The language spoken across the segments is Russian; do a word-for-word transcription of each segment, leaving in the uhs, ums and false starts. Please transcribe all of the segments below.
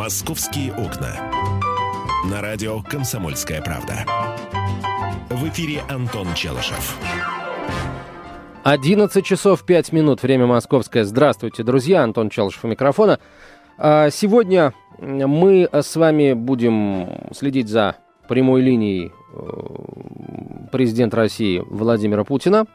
«Московские окна». На радио «Комсомольская правда». В эфире Антон Челышев. одиннадцать часов пять минут, время московское. Здравствуйте, друзья. Антон Челышев у микрофона. Сегодня мы с вами будем следить за прямой линией президента России Владимира Путина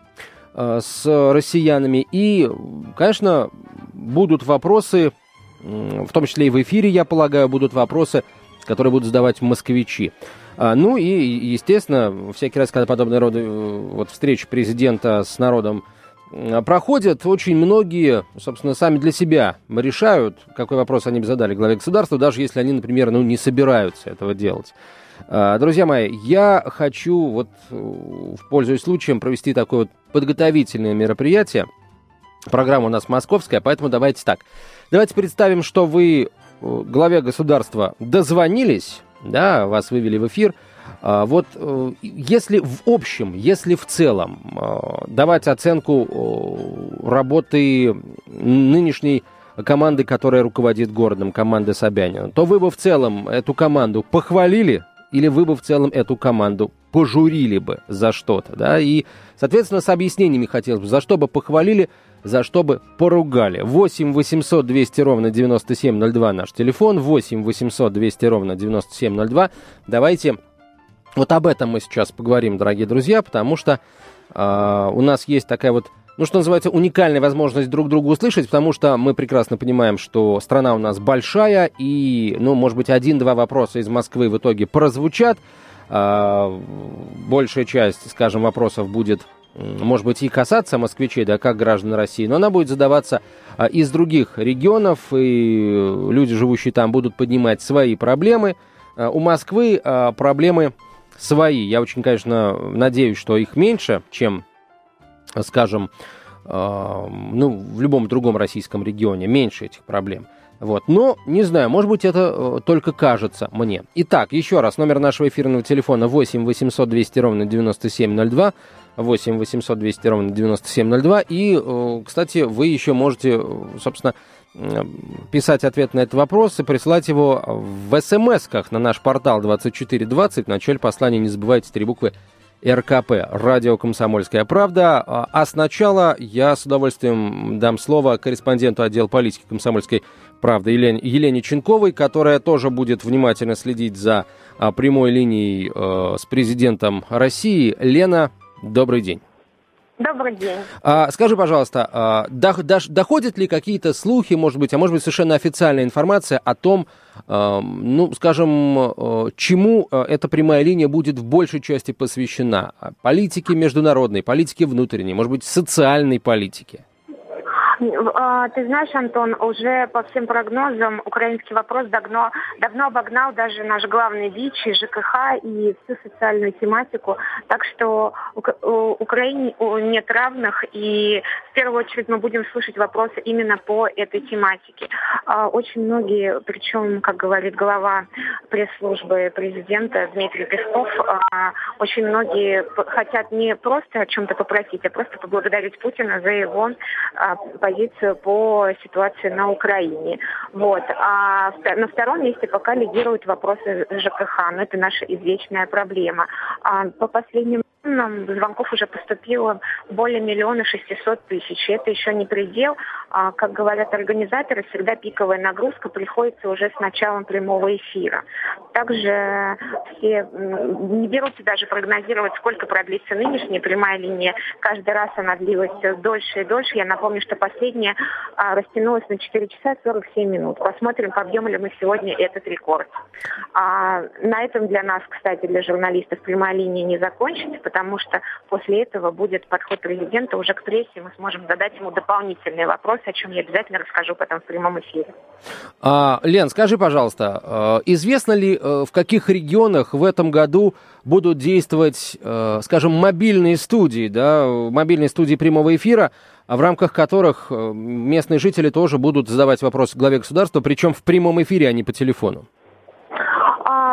с россиянами. И, конечно, будут вопросы, в том числе и в эфире, я полагаю, будут вопросы, которые будут задавать москвичи. Ну и, естественно, всякий раз, когда подобные роды, вот, встречи президента с народом проходят, очень многие, собственно, сами для себя решают, какой вопрос они бы задали главе государства, даже если они, например, ну, не собираются этого делать. Друзья мои, я хочу, вот, пользуясь случаем, провести такое вот подготовительное мероприятие. Программа у нас московская, поэтому давайте так. Давайте представим, что вы главе государства дозвонились, да, вас вывели в эфир. Вот если в общем, если в целом давать оценку работы нынешней команды, которая руководит городом, команды Собянина, то вы бы в целом эту команду похвалили или вы бы в целом эту команду пожурили бы за что-то, да? И, соответственно, с объяснениями хотелось бы, за что бы похвалили, за что бы поругали. восемь восемьсот двести ровно девяносто семь ноль два наш телефон, восемь восемьсот двести ровно девяносто семь ноль два. Давайте вот об этом мы сейчас поговорим, дорогие друзья, потому что э, у нас есть такая вот, ну, что называется, уникальная возможность друг друга услышать, потому что мы прекрасно понимаем, что страна у нас большая, и, ну, может быть, один-два вопроса из Москвы в итоге прозвучат. Э, большая часть, скажем, вопросов будет, может быть, и касаться москвичей, да, как граждан России, но она будет задаваться а, из других регионов, и люди, живущие там, будут поднимать свои проблемы. А, у Москвы а, проблемы свои. Я очень, конечно, надеюсь, что их меньше, чем, скажем, а, ну, в любом другом российском регионе, меньше этих проблем. Вот. Но, не знаю, может быть, это э, только кажется мне. Итак, еще раз, номер нашего эфирного телефона восемь восемьсот двести ровно девяносто семь ноль два, восемь восемьсот двести ровно девяносто семь ноль два. И, э, кстати, вы еще можете, собственно, э, писать ответ на этот вопрос и присылать его в смс-ках на наш портал двадцать четыре двадцать. В начале послания не забывайте три буквы эр ка пэ, радио «Комсомольская правда». А сначала я с удовольствием дам слово корреспонденту отдела политики «Комсомольской правды» Елене, Елене Ченковой, которая тоже будет внимательно следить за а, прямой линией а, с президентом России. Лена, добрый день. Добрый день. А, скажи, пожалуйста, а, до, до, доходят ли какие-то слухи, может быть, а может быть совершенно официальная информация о том, а, ну, скажем, а, чему а, эта прямая линия будет в большей части посвящена? Политике международной, политике внутренней, может быть, социальной политике? Ты знаешь, Антон, уже по всем прогнозам украинский вопрос давно, давно обогнал даже наш главный ВИЧ, жэ ка ха и всю социальную тематику. Так что у Украине нет равных, и в первую очередь мы будем слышать вопросы именно по этой тематике. Очень многие, причем, как говорит глава пресс-службы президента Дмитрий Песков, очень многие хотят не просто о чем-то попросить, а просто поблагодарить Путина за его позицию по ситуации на Украине. Вот. А на втором месте пока лидируют вопросы жэ ка ха, но это наша извечная проблема. А по последним данным звонков уже поступило более миллиона шестисот тысяч. Это еще не предел. А, как говорят организаторы, всегда пиковая нагрузка приходится уже с началом прямого эфира. Также все не берутся даже прогнозировать, сколько продлится нынешняя прямая линия. Каждый раз она длилась дольше и дольше. Я напомню, что последняя а, растянулась на четыре часа сорок семь минут. Посмотрим, побьем ли мы сегодня этот рекорд. А, на этом для нас, кстати, для журналистов прямая линия не закончится, потому что после этого будет подход президента уже к прессе. Мы сможем задать ему дополнительные вопросы, о чем я обязательно расскажу потом в прямом эфире. А, Лен, скажи, пожалуйста, известно ли, в каких регионах в этом году будут действовать, скажем, мобильные студии, да, мобильные студии прямого эфира, в рамках которых местные жители тоже будут задавать вопросы главе государства, причем в прямом эфире, а не по телефону? А,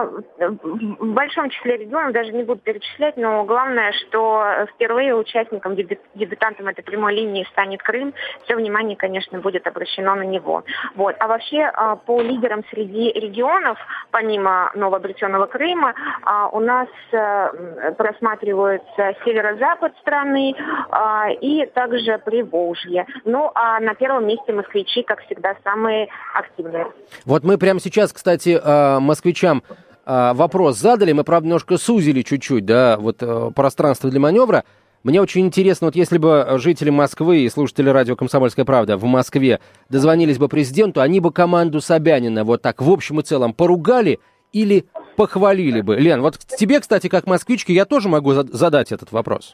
в большом числе регионов, даже не буду перечислять, но главное, что впервые участником, дебютантом этой прямой линии станет Крым. Все внимание, конечно, будет обращено на него. Вот. А вообще по лидерам среди регионов, помимо новообретенного Крыма, у нас просматриваются северо-запад страны и также Приволжье. Ну а на первом месте москвичи, как всегда, самые активные. Вот мы прямо сейчас, кстати, москвичам вопрос задали, мы, правда, немножко сузили чуть-чуть, да, вот пространство для маневра. Мне очень интересно, вот если бы жители Москвы и слушатели радио «Комсомольская правда» в Москве дозвонились бы президенту, они бы команду Собянина вот так в общем и целом поругали или похвалили бы? Лен, вот тебе, кстати, как москвичке, я тоже могу задать этот вопрос.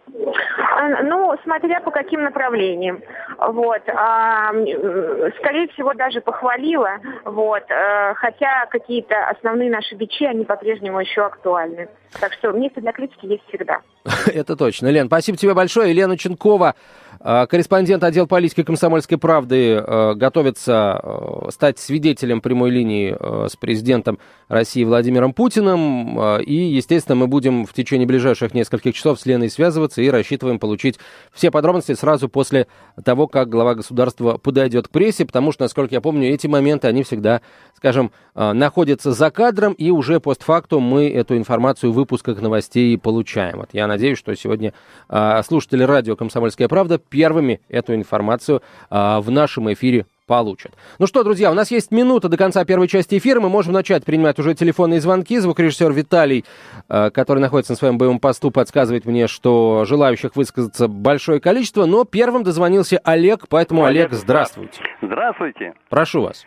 Ну, смотря по каким направлениям. Вот. А, скорее всего, даже похвалила. Вот. А, хотя какие-то основные наши бичи, они по-прежнему еще актуальны. Так что место для критики есть всегда. Это точно. Лен, спасибо тебе большое. Елена Ченкова, корреспондент отдела политики «Комсомольской правды», готовится стать свидетелем прямой линии с президентом России Владимиром Путиным. И, естественно, мы будем в течение ближайших нескольких часов с Леной связываться и рассчитываем получить все подробности сразу после того, как глава государства подойдет к прессе, потому что, насколько я помню, эти моменты, они всегда, скажем, находятся за кадром, и уже постфактум мы эту информацию в выпусках новостей получаем. Вот я надеюсь, что сегодня слушатели радио «Комсомольская правда» первыми эту информацию в нашем эфире получат. Ну что, друзья, у нас есть минута до конца первой части эфира. Мы можем начать принимать уже телефонные звонки. Звукорежиссер Виталий, который находится на своем боевом посту, подсказывает мне, что желающих высказаться большое количество, но первым дозвонился Олег, поэтому, Олег, Олег здравствуйте. Здравствуйте. Прошу вас.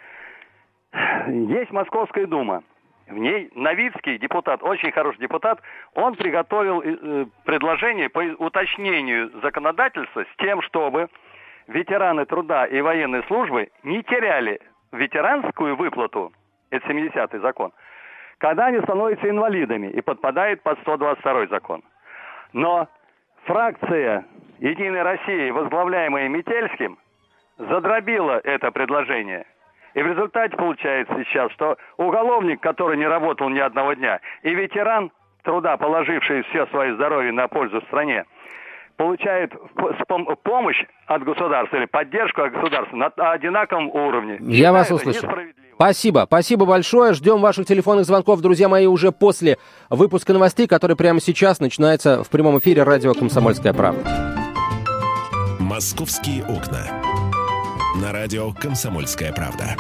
Есть Московская дума. В ней Новицкий, депутат, очень хороший депутат, он приготовил э, предложение по уточнению законодательства с тем, чтобы ветераны труда и военной службы не теряли ветеранскую выплату, это семидесятый закон, когда они становятся инвалидами и подпадают под сто двадцать второй закон. Но фракция «Единой России», возглавляемая Метельским, задробила это предложение. И в результате получается сейчас, что уголовник, который не работал ни одного дня, и ветеран труда, положивший все свое здоровье на пользу стране, получает помощь от государства или поддержку от государства на одинаковом уровне. Я вас услышал. Спасибо, спасибо большое. Ждем ваших телефонных звонков, друзья мои, уже после выпуска новостей, который прямо сейчас начинается в прямом эфире радио «Комсомольская правда». «Московские окна». На радио «Комсомольская правда».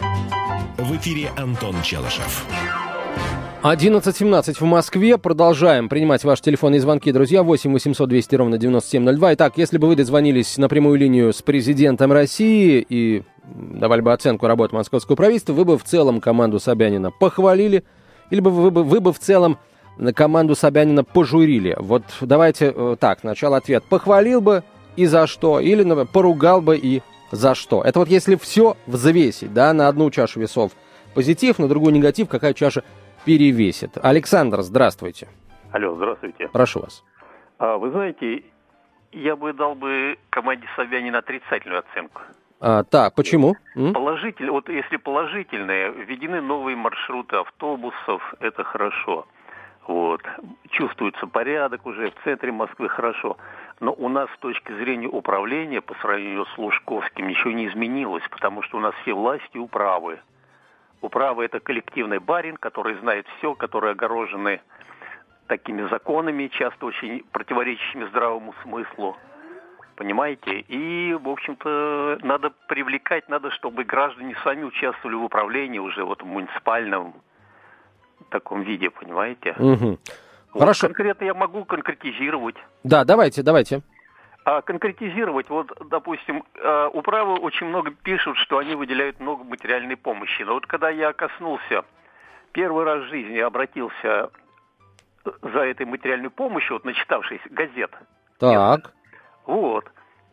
В эфире Антон Челышев. одиннадцать семнадцать в Москве. Продолжаем принимать ваши телефонные звонки, друзья. восемь восемьсот двести ровно девяносто семь ноль два. Итак, если бы вы дозвонились на прямую линию с президентом России и давали бы оценку работы московского правительства, вы бы в целом команду Собянина похвалили, или бы вы бы, вы бы в целом на команду Собянина пожурили? Вот давайте так, сначала ответ. Похвалил бы и за что? Или, например, поругал бы и за что? Это вот если все взвесить, да, на одну чашу весов позитив, на другую негатив, какая чаша перевесит? Александр, здравствуйте. Алло, здравствуйте. Прошу вас. А, вы знаете, я бы дал бы команде Собянина отрицательную оценку. А, так, почему? Положительно, вот если положительные, введены новые маршруты автобусов, это хорошо. Вот. Чувствуется порядок уже в центре Москвы, хорошо. Но у нас с точки зрения управления по сравнению с Лужковским ничего не изменилось, потому что у нас все власти управы. Управа – это коллективный барин, который знает все, которые огорожены такими законами, часто очень противоречащими здравому смыслу. Понимаете? И, в общем-то, надо привлекать, надо, чтобы граждане сами участвовали в управлении уже вот в муниципальном таком виде, понимаете? Угу. Вот Хорошо. Конкретно я могу конкретизировать. Да, давайте, давайте. А конкретизировать, вот, допустим, управы очень много пишут, что они выделяют много материальной помощи. Но вот когда я коснулся, первый раз в жизни обратился за этой материальной помощью, вот начитавшись газет. Так. Вот.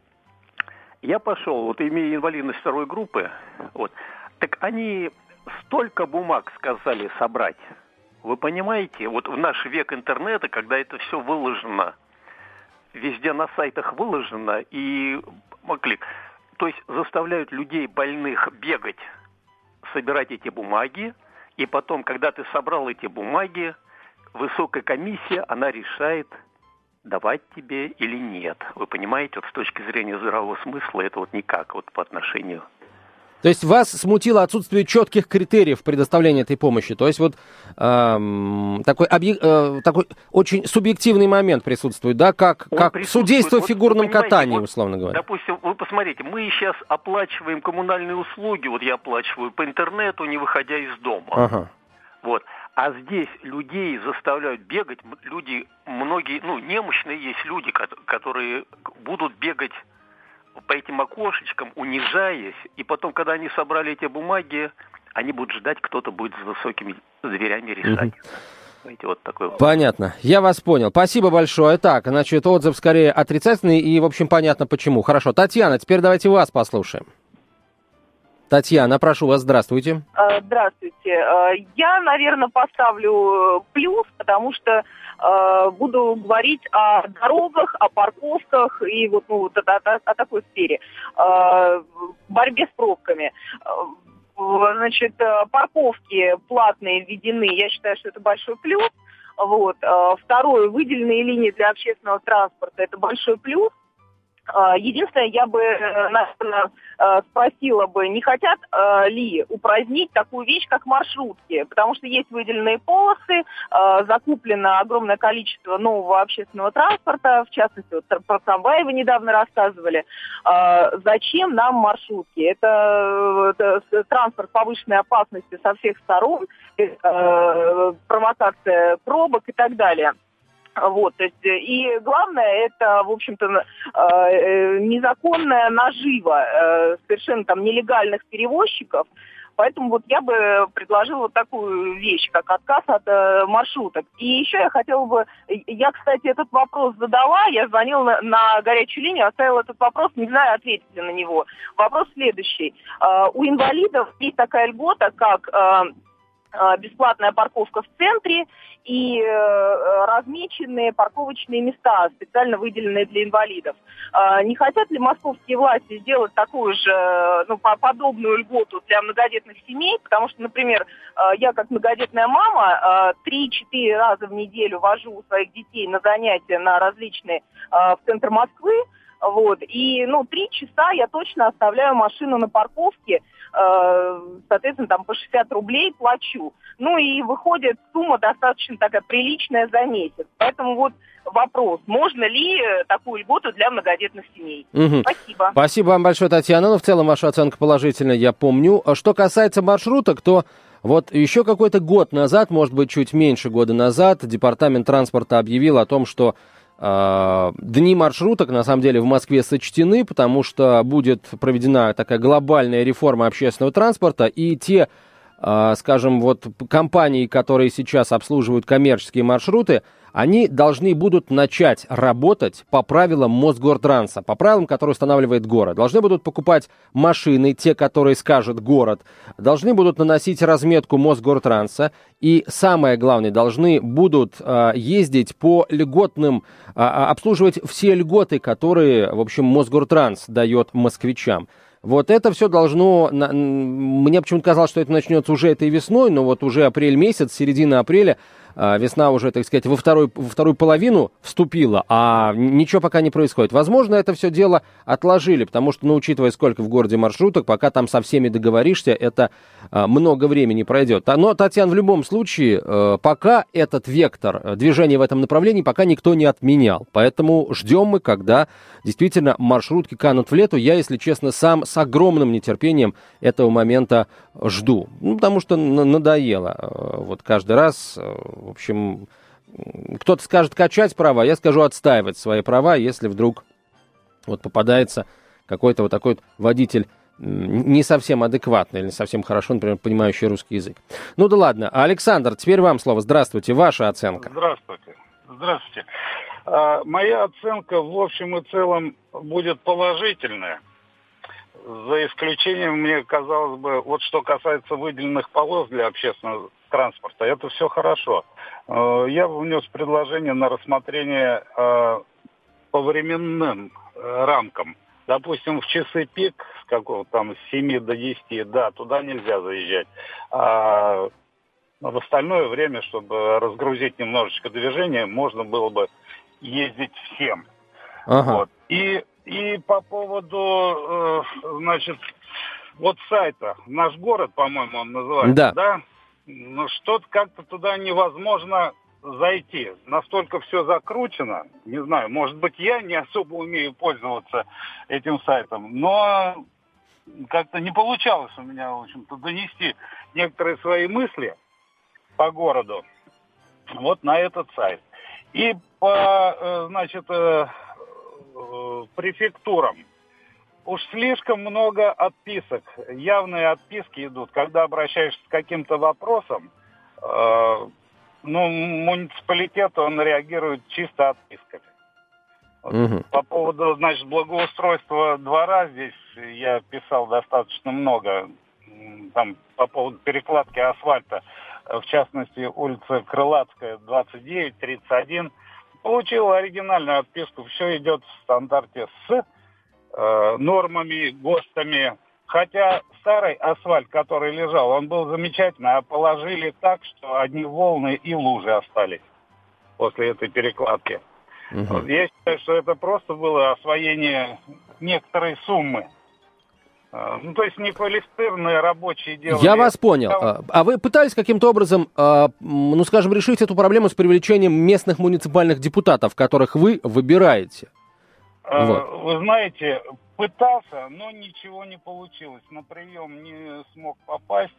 Я пошел, вот имея инвалидность второй группы, вот, так они столько бумаг сказали собрать. Вы понимаете, вот в наш век интернета, когда это все выложено, везде на сайтах выложено, и клик, то есть заставляют людей больных бегать, собирать эти бумаги, И потом, когда ты собрал эти бумаги, высокая комиссия, она решает, давать тебе или нет. Вы понимаете, вот с точки зрения здравого смысла это вот никак вот по отношению. То есть вас смутило отсутствие четких критериев предоставления этой помощи? То есть вот эм, такой, объек, э, такой очень субъективный момент присутствует, да, как, как судейство в фигурном вот, катании, вот, условно говоря. Допустим, вы посмотрите, мы сейчас оплачиваем коммунальные услуги, вот я оплачиваю по интернету, не выходя из дома. Ага. Вот. А здесь людей заставляют бегать, люди, многие, ну, немощные есть люди, которые будут бегать по этим окошечкам, унижаясь, и потом, когда они собрали эти бумаги, они будут ждать, кто-то будет с высокими дверями решать. Знаете, вот такой вот. Понятно, я вас понял. Спасибо большое. Так, значит, отзыв скорее отрицательный, и, в общем, понятно почему. Хорошо, Татьяна, теперь давайте вас послушаем. Татьяна, прошу вас, здравствуйте. Здравствуйте. Я, наверное, поставлю плюс, потому что буду говорить о дорогах, о парковках и вот, ну, вот о, о, о такой сфере. Борьбе с пробками. Значит, парковки платные введены, я считаю, что это большой плюс. Вот. Второе, выделенные линии для общественного транспорта, это большой плюс. Единственное, я бы, наверное, спросила бы, не хотят ли упразднить такую вещь, как маршрутки, потому что есть выделенные полосы, закуплено огромное количество нового общественного транспорта, в частности, вот про трамваи вы недавно рассказывали. Зачем нам маршрутки? Это, это транспорт повышенной опасности со всех сторон, провокация пробок и так далее. Вот, то есть, и главное, это, в общем-то, незаконная нажива совершенно там нелегальных перевозчиков. Поэтому вот я бы предложила вот такую вещь, как отказ от маршруток. И еще я хотела бы, я, кстати, этот вопрос задала, я звонила на, на горячую линию, оставила этот вопрос, не знаю, ответите на него. Вопрос следующий. У инвалидов есть такая льгота, как бесплатная парковка в центре и э, размеченные парковочные места, специально выделенные для инвалидов. Э, не хотят ли московские власти сделать такую же, ну, подобную льготу для многодетных семей? Потому что, например, э, я как многодетная мама три-четыре э, раза в неделю вожу своих детей на занятия на различные э, в центр Москвы. Вот, и, ну, три часа я точно оставляю машину на парковке, э, соответственно, там по шестьдесят рублей плачу. Ну, и выходит сумма достаточно такая приличная за месяц. Поэтому вот вопрос, можно ли такую льготу для многодетных семей? Угу. Спасибо. Спасибо вам большое, Татьяна. Ну, в целом, ваша оценка положительная, я помню. Что касается маршруток, то вот еще какой-то год назад, может быть, чуть меньше года назад, Департамент транспорта объявил о том, что дни маршруток, на самом деле, в Москве сочтены, потому что будет проведена такая глобальная реформа общественного транспорта, и те, скажем, вот компании, которые сейчас обслуживают коммерческие маршруты, они должны будут начать работать по правилам Мосгортранса, по правилам, которые устанавливает город. Должны будут покупать машины, те, которые скажет город, должны будут наносить разметку Мосгортранса, и самое главное, должны будут а, ездить по льготным, а, обслуживать все льготы, которые, в общем, Мосгортранс дает москвичам. Вот это все должно, мне почему-то казалось, что это начнется уже этой весной, но вот уже апрель месяц, середина апреля, весна уже, так сказать, во, второй, во вторую половину вступила, а ничего пока не происходит. Возможно, это все дело отложили, потому что, ну, учитывая, сколько в городе маршруток, пока там со всеми договоришься, это много времени пройдет. Но, Татьяна, в любом случае, пока этот вектор движения в этом направлении пока никто не отменял. Поэтому ждем мы, когда действительно маршрутки канут в лету. Я, если честно, сам с огромным нетерпением этого момента жду. Ну, потому что надоело. Вот каждый раз, в общем, кто-то скажет качать права, я скажу отстаивать свои права, если вдруг вот попадается какой-то вот такой вот водитель не совсем адекватный или не совсем хорошо, например, понимающий русский язык. Ну да ладно. Александр, теперь вам слово. Здравствуйте. Ваша оценка. Здравствуйте. Здравствуйте. А, моя оценка в общем и целом будет положительная. За исключением, мне казалось бы, вот что касается выделенных полос для общественного транспорта, это все хорошо. Я внес предложение на рассмотрение по временным рамкам. Допустим, в часы пик, с какого там с семи до десяти, да, туда нельзя заезжать. А Но в остальное время, чтобы разгрузить немножечко движение, можно было бы ездить всем. Ага. Вот. И, и по поводу, э, значит, вот сайта «Наш город», по-моему, он называется, да? Да. Ну, что-то как-то туда невозможно зайти. Настолько все закручено. Не знаю, может быть, я не особо умею пользоваться этим сайтом, но как-то не получалось у меня, в общем-то, донести некоторые свои мысли по городу вот на этот сайт. И по, значит, префектурам. Уж слишком много отписок. Явные отписки идут. Когда обращаешься с каким-то вопросом, ну, муниципалитет, он реагирует чисто отписками. Вот. Угу. По поводу, значит, благоустройства двора здесь я писал достаточно много. Там по поводу перекладки асфальта, в частности, улица Крылатская, двадцать девять тридцать один. Получил оригинальную отписку. Все идет в стандарте с э, нормами, ГОСТами. Хотя старый асфальт, который лежал, он был замечательный, а положили так, что одни волны и лужи остались после этой перекладки. Угу. Вот, я считаю, что это просто было освоение некоторой суммы. Ну, то есть неквалифицированные рабочие делали. Я вас понял. А вы пытались каким-то образом, ну, скажем, решить эту проблему с привлечением местных муниципальных депутатов, которых вы выбираете? Вот. Вы знаете, пытался, но ничего не получилось. На прием не смог попасть.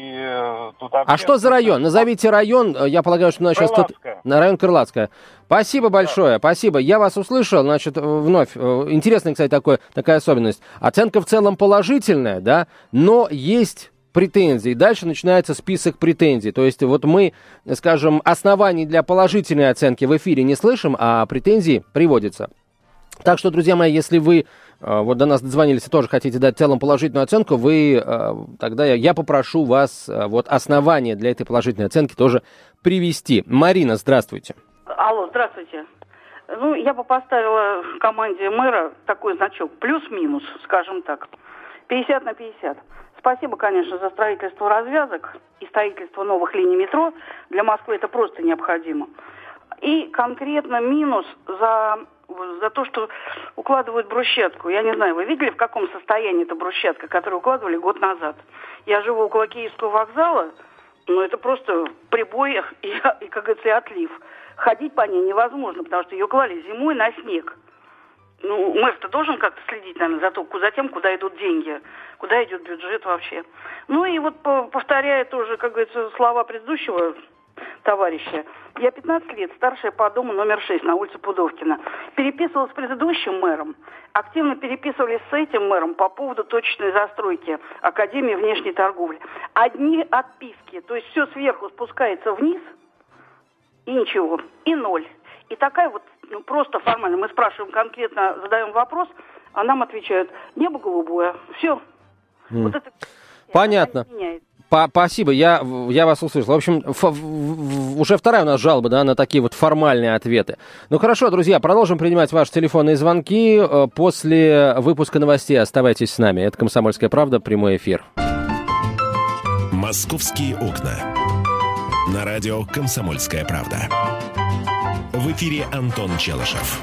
И тут а что за район? Назовите район. Я полагаю, что у нас сейчас тут... На район Крылатская. Спасибо большое, да. Спасибо. Я вас услышал. Значит, вновь, интересная, кстати, такой, такая особенность. Оценка в целом положительная, да, но есть претензий. Дальше начинается список претензий. То есть вот мы, скажем, оснований для положительной оценки в эфире не слышим, а претензии приводятся. Так что, друзья мои, если вы вот до нас дозвонились и тоже хотите дать в целом положительную оценку, вы тогда я, я попрошу вас вот основания для этой положительной оценки тоже привести. Марина, здравствуйте. Алло, здравствуйте. Ну, я бы поставила в команде мэра такой значок плюс-минус, скажем так, пятьдесят на пятьдесят. Спасибо, конечно, за строительство развязок и строительство новых линий метро. Для Москвы это просто необходимо. И конкретно минус за... за то, что укладывают брусчатку. Я не знаю, вы видели, в каком состоянии эта брусчатка, которую укладывали год назад? Я живу около Киевского вокзала, но это просто прибой и, и, как говорится, и отлив. Ходить по ней невозможно, потому что ее клали зимой на снег. Ну, мэр-то должен как-то следить, наверное, за, то, за тем, куда идут деньги, куда идет бюджет вообще. Ну и вот повторяя тоже, как говорится, слова предыдущего товарища. Я пятнадцать лет, старшая по дому номер шесть на улице Пудовкина. Переписывалась с предыдущим мэром. Активно переписывались с этим мэром по поводу точечной застройки Академии внешней торговли. Одни отписки, то есть все сверху спускается вниз, и ничего, и ноль. И такая вот, ну, просто формально. Мы спрашиваем конкретно, задаем вопрос, а нам отвечают, небо голубое. Все. Mm. Вот это... Понятно. Спасибо, я, я вас услышал. В общем, ф, в, уже вторая у нас жалоба, да, на такие вот формальные ответы. Ну хорошо, друзья, продолжим принимать ваши телефонные звонки после выпуска новостей. Оставайтесь с нами. Это «Комсомольская правда», прямой эфир. «Московские окна». На радио «Комсомольская правда». В эфире Антон Челышев.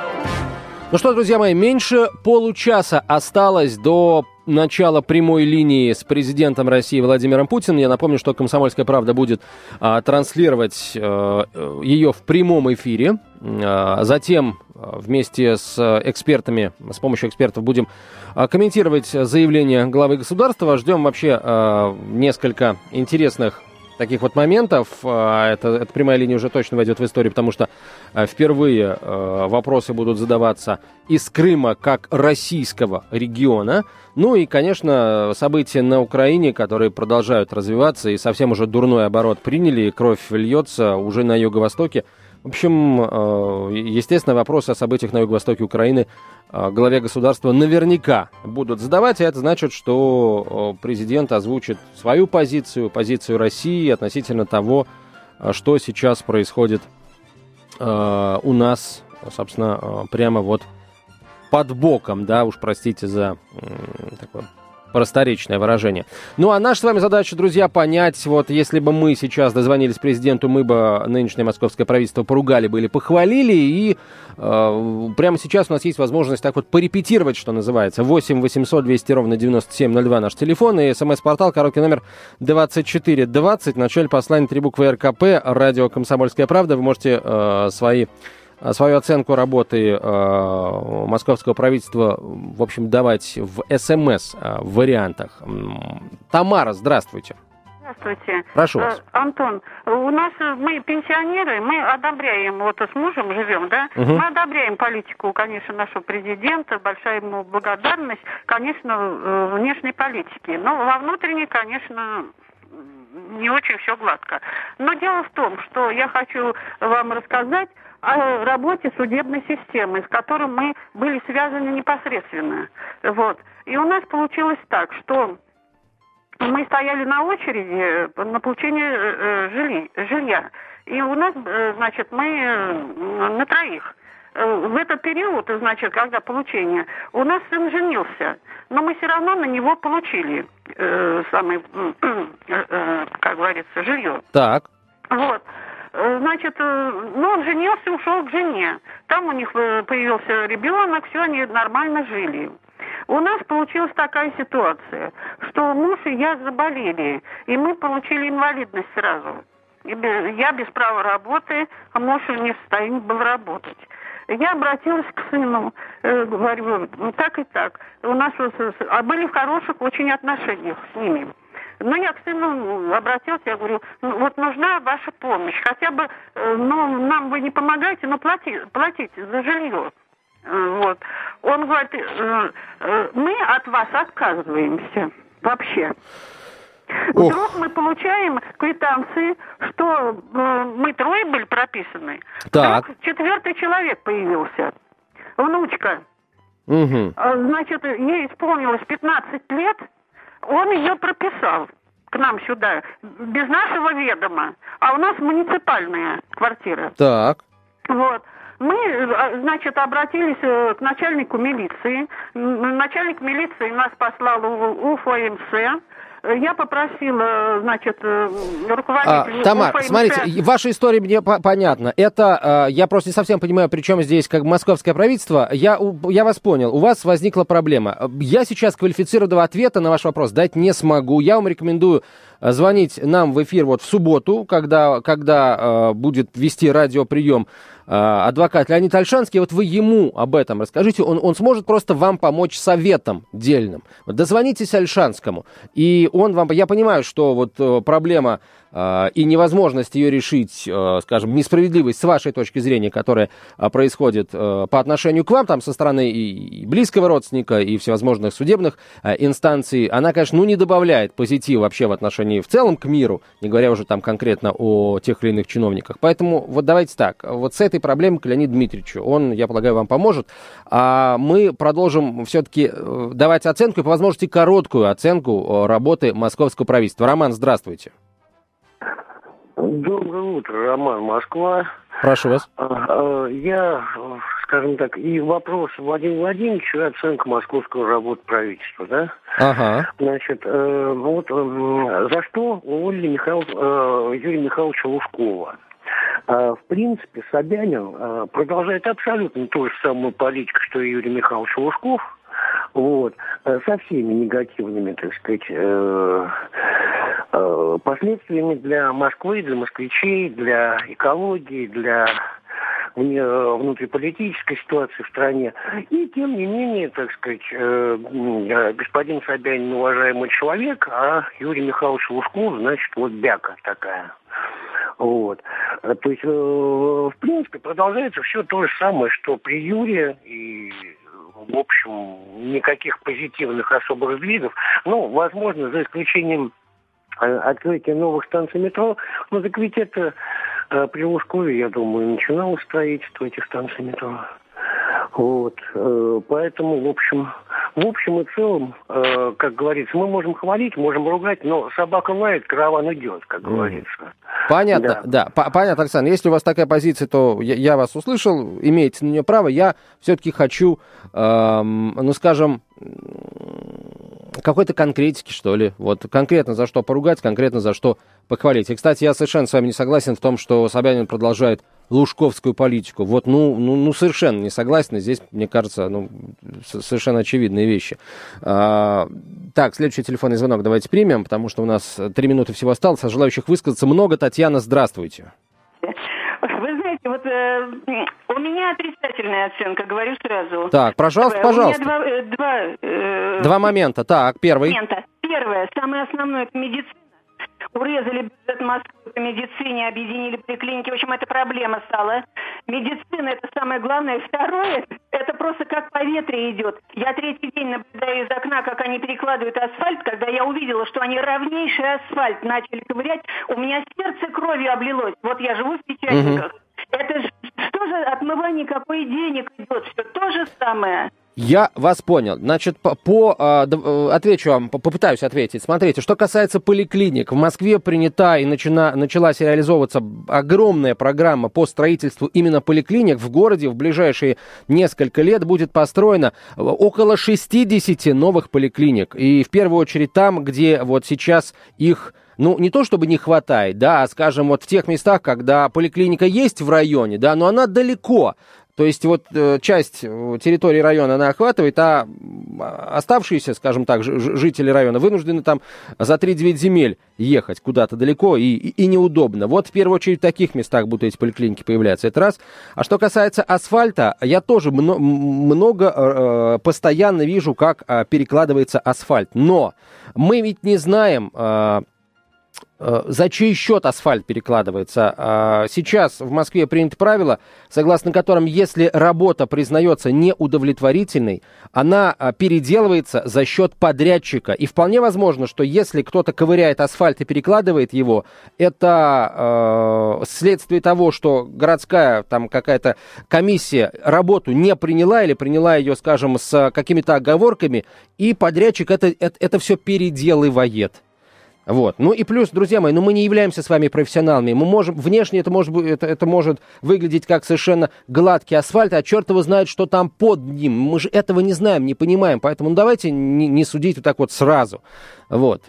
Ну что, друзья мои, меньше получаса осталось до начала прямой линии с президентом России Владимиром Путиным. Я напомню, что «Комсомольская правда» будет а, транслировать а, ее в прямом эфире. А, затем а, вместе с экспертами, с помощью экспертов будем а, комментировать заявление главы государства. Ждем вообще а, несколько интересных таких вот моментов. Это, эта прямая линия уже точно войдет в историю, потому что впервые вопросы будут задаваться из Крыма как российского региона. Ну и, конечно, события на Украине, которые продолжают развиваться и совсем уже дурной оборот приняли, кровь льется уже на юго-востоке. В общем, естественно, вопросы о событиях на юго-востоке Украины главе государства наверняка будут задавать, и это значит, что президент озвучит свою позицию, позицию России относительно того, что сейчас происходит у нас, собственно, прямо вот под боком, да, уж простите за такое просторечное выражение. Ну, а наша с вами задача, друзья, понять, вот если бы мы сейчас дозвонились президенту, мы бы нынешнее московское правительство поругали бы или похвалили, и э, прямо сейчас у нас есть возможность так вот порепетировать, что называется. восемь восемьсот двести ровно девяносто семь ноль два наш телефон, и смс-портал, короткий номер двадцать четыре двадцать, в начале послания три буквы эр ка пэ, радио «Комсомольская правда». Вы можете э, свои... свою оценку работы э, московского правительства, в общем, давать в СМС-вариантах. Тамара, здравствуйте. Здравствуйте. Прошу вас. Э, Антон, у нас мы пенсионеры, мы одобряем, вот с мужем живем, да, угу. мы одобряем политику, конечно, нашего президента, большая ему благодарность, конечно, внешней политики, но во внутренней, конечно, не очень все гладко. Но дело в том, что я хочу вам рассказать о работе судебной системы, с которой мы были связаны непосредственно. Вот. И у нас получилось так, что мы стояли на очереди на получение э, жили, жилья. И у нас, э, значит, мы э, на троих. В этот период, значит, когда получение, у нас сын женился, но мы все равно на него получили э, самый, э, э, как говорится, жилье. Так. Вот. Значит, ну, он женился, ушел к жене. Там у них появился ребенок, все, они нормально жили. У нас получилась такая ситуация, что муж и я заболели, и мы получили инвалидность сразу. Я без права работы, а муж не в состоянии был работать. Я обратилась к сыну, э, говорю, ну так и так. У нас а были в хороших очень отношениях с ними. Но я к сыну обратилась, я говорю, ну, вот нужна ваша помощь. Хотя бы, э, ну, нам вы не помогаете, но плати, платите за жилье. Э, вот. Он говорит, э, э, мы от вас отказываемся вообще. Ох. Вдруг мы получаем квитанции, что э, мы трое были прописаны. Так. Вдруг четвертый человек появился. Внучка. Угу. Значит, ей исполнилось пятнадцать лет, он ее прописал к нам сюда, без нашего ведома. А у нас муниципальная квартира. Так. Вот. Мы, значит, обратились к начальнику милиции. Начальник милиции нас послал в УФМС. Я попросила, значит, руководителя... А, Тамар, УФМС... смотрите, ваша история мне по- понятна. Это, э, я просто не совсем понимаю, при чем здесь как московское правительство. Я, у, я вас понял, у вас возникла проблема. Я сейчас квалифицированного ответа на ваш вопрос дать не смогу. Я вам рекомендую звонить нам в эфир вот в субботу, когда, когда э, будет вести радиоприем э, адвокат Леонид Ольшанский. Вот вы ему об этом расскажите. Он, он сможет просто вам помочь советом дельным. Вот дозвонитесь Ольшанскому, и он вам... Я понимаю, что вот э, проблема э, и невозможность ее решить, э, скажем, несправедливость с вашей точки зрения, которая э, происходит э, по отношению к вам, там, со стороны и, и близкого родственника, и всевозможных судебных э, инстанций, она, конечно, ну, не добавляет позитива вообще в отношении в целом к миру, не говоря уже там конкретно о тех или иных чиновниках. Поэтому вот давайте так, вот с этой проблемой к Леониду Дмитриевичу, он, я полагаю, вам поможет, а мы продолжим все-таки давать оценку и по возможности короткую оценку работы московского правительства. Роман, здравствуйте. Доброе утро, Роман, Москва. Прошу вас. Я, скажем так, и вопрос Владимиру Владимировичу, и оценка московского работы правительства, да? Ага. Значит, вот за что уволили Михаил, Юрия Михайловича Лужкова? В принципе, Собянин продолжает абсолютно ту же самую политику, что и Юрий Михайлович Лужков. Вот, со всеми негативными, так сказать, э, э, последствиями для Москвы, для москвичей, для экологии, для внутриполитической ситуации в стране. И, тем не менее, так сказать, э, господин Собянин уважаемый человек, а Юрий Михайлович Лужков, значит, вот бяка такая. Вот. То есть, э, в принципе, продолжается все то же самое, что при Юрии, и, в общем, никаких позитивных особых сдвигов. Ну, возможно, за исключением э, открытия новых станций метро, но так ведь это э, при Лужкове, я думаю, начиналось строительство этих станций метро. Вот. Э, поэтому, в общем, в общем и целом, э, как говорится, мы можем хвалить, можем ругать, но собака лает, караван идет, как mm. говорится. Понятно, да. да. Понятно, Александр. Если у вас такая позиция, то я, я вас услышал, имеете на нее право. Я все-таки хочу, эм, ну, скажем, какой-то конкретики, что ли. Вот конкретно за что поругать, конкретно за что похвалить. И, кстати, я совершенно с вами не согласен в том, что Собянин продолжает лужковскую политику. Вот, ну, ну, ну совершенно не согласен. Здесь, мне кажется, ну, совершенно очевидные вещи. А, так, следующий телефонный звонок давайте примем, потому что у нас три минуты всего осталось, а желающих высказаться много. Татьяна, здравствуйте. Вы знаете, вот э, у меня отрицательная оценка, говорю сразу. Так, пожалуйста, пожалуйста. У меня два, э, два, э, два момента. Так, первый. Момента. Первое, самое основное, это медицина. Урезали бюджет Москвы по медицине, объединили поликлиники. В общем, это проблема стала. Медицина – это самое главное. Второе – это просто как по ветру идет. Я третий день наблюдаю из окна, как они перекладывают асфальт. Когда я увидела, что они равнейший асфальт начали ковырять, у меня сердце кровью облилось. Вот я живу в Печатниках. Угу. Это же что же отмывание, какой денег идет? Все то же самое. Я вас понял. Значит, по, по э, отвечу вам, попытаюсь ответить. Смотрите, что касается поликлиник, в Москве принята и начина, началась реализовываться огромная программа по строительству именно поликлиник. В городе в ближайшие несколько лет будет построено около шестьдесят новых поликлиник. И в первую очередь там, где вот сейчас их... Ну, не то чтобы не хватает, да, а, скажем, вот в тех местах, когда поликлиника есть в районе, да, но она далеко. То есть вот э, часть территории района она охватывает, а оставшиеся, скажем так, ж- жители района вынуждены там за три-девять земель ехать куда-то далеко и, и, и неудобно. Вот в первую очередь в таких местах будут эти поликлиники появляться, это раз. А что касается асфальта, я тоже мно- много э, постоянно вижу, как э, перекладывается асфальт. Но мы ведь не знаем... Э, За чей счет асфальт перекладывается? Сейчас в Москве принято правило, согласно которым, если работа признается неудовлетворительной, она переделывается за счет подрядчика. И вполне возможно, что если кто-то ковыряет асфальт и перекладывает его, это э, следствие того, что городская там какая-то комиссия работу не приняла или приняла ее, скажем, с какими-то оговорками, и подрядчик это, это, это все переделывает. Вот. Ну и плюс, друзья мои, ну мы не являемся с вами профессионалами. Мы можем, внешне это может, это, это может выглядеть как совершенно гладкий асфальт, а черт его знает, что там под ним. Мы же этого не знаем, не понимаем. Поэтому ну, давайте не, не судить вот так вот сразу. Вот.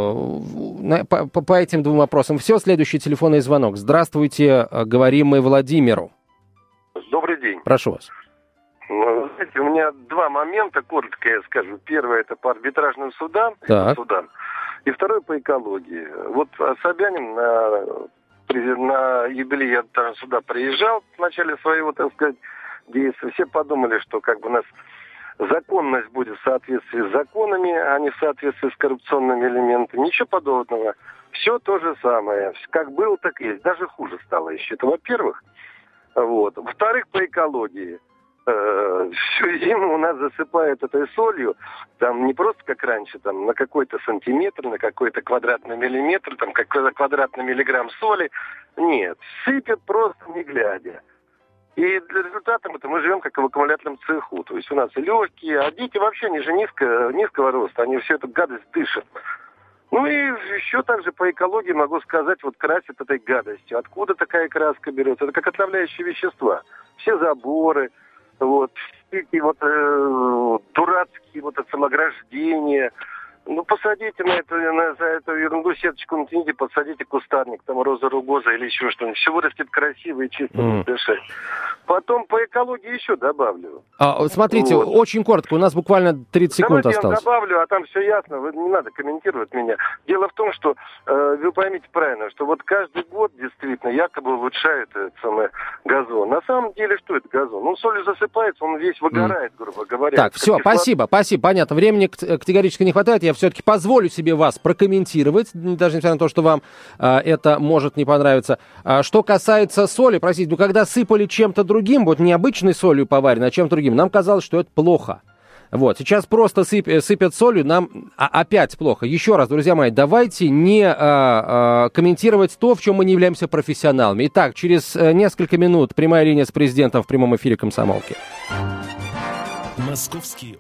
По, по, по этим двум вопросам все. Следующий телефонный звонок. Здравствуйте, говорим мы Владимиру. Добрый день. Прошу вас. Ну, знаете, у меня два момента, коротко я скажу. Первое, это по арбитражным судам. Так. судам. И второе по экологии. Вот Собянин на, на юбилей, я даже сюда приезжал в начале своего, так сказать, действия. Все подумали, что как бы у нас законность будет в соответствии с законами, а не в соответствии с коррупционными элементами. Ничего подобного. Все то же самое. Как было, так и есть. Даже хуже стало еще. Это во-первых. Вот. Во-вторых, по экологии. Всю зиму у нас засыпают этой солью, там не просто как раньше, там на какой-то сантиметр, на какой-то квадратный миллиметр, там какой-то квадратный миллиграмм соли. Нет, сыпят просто не глядя. И для результатом это мы живем как в аккумуляторном цеху. То есть у нас и легкие, а дети вообще ниже низко, низкого роста, они всю эту гадость дышат. Ну и еще также по экологии могу сказать, вот красят этой гадостью. Откуда такая краска берется? Это как отравляющие вещества. Все заборы. Вот, эти вот э, дурацкие вот это самограждения. Ну, посадите на эту, на, за эту ерунду сеточку, натяните, посадите кустарник, там роза ругоза или еще что-нибудь. Все вырастет красиво и чисто будет дышать. Потом по экологии еще добавлю. А, смотрите, вот. Очень коротко, у нас буквально тридцать секунд Давайте осталось. Я добавлю, а там все ясно, вы, не надо комментировать меня. Дело в том, что э, вы поймите правильно, что вот каждый год действительно якобы улучшают этот самый газон. На самом деле, что это газон? Ну, солью засыпается, он весь выгорает, mm. грубо говоря. Так, все, кислот... спасибо, спасибо, понятно. Времени категорически не хватает, я все-таки позволю себе вас прокомментировать, даже несмотря на то, что вам а, это может не понравиться. А, что касается соли, простите, ну когда сыпали чем-то другим, вот не обычной солью поваренной, а чем-то другим, нам казалось, что это плохо. Вот, сейчас просто сып, сыпят солью, нам а, опять плохо. Еще раз, друзья мои, давайте не а, а, комментировать то, в чем мы не являемся профессионалами. Итак, через а, несколько минут прямая линия с президентом в прямом эфире «Комсомолки». Московские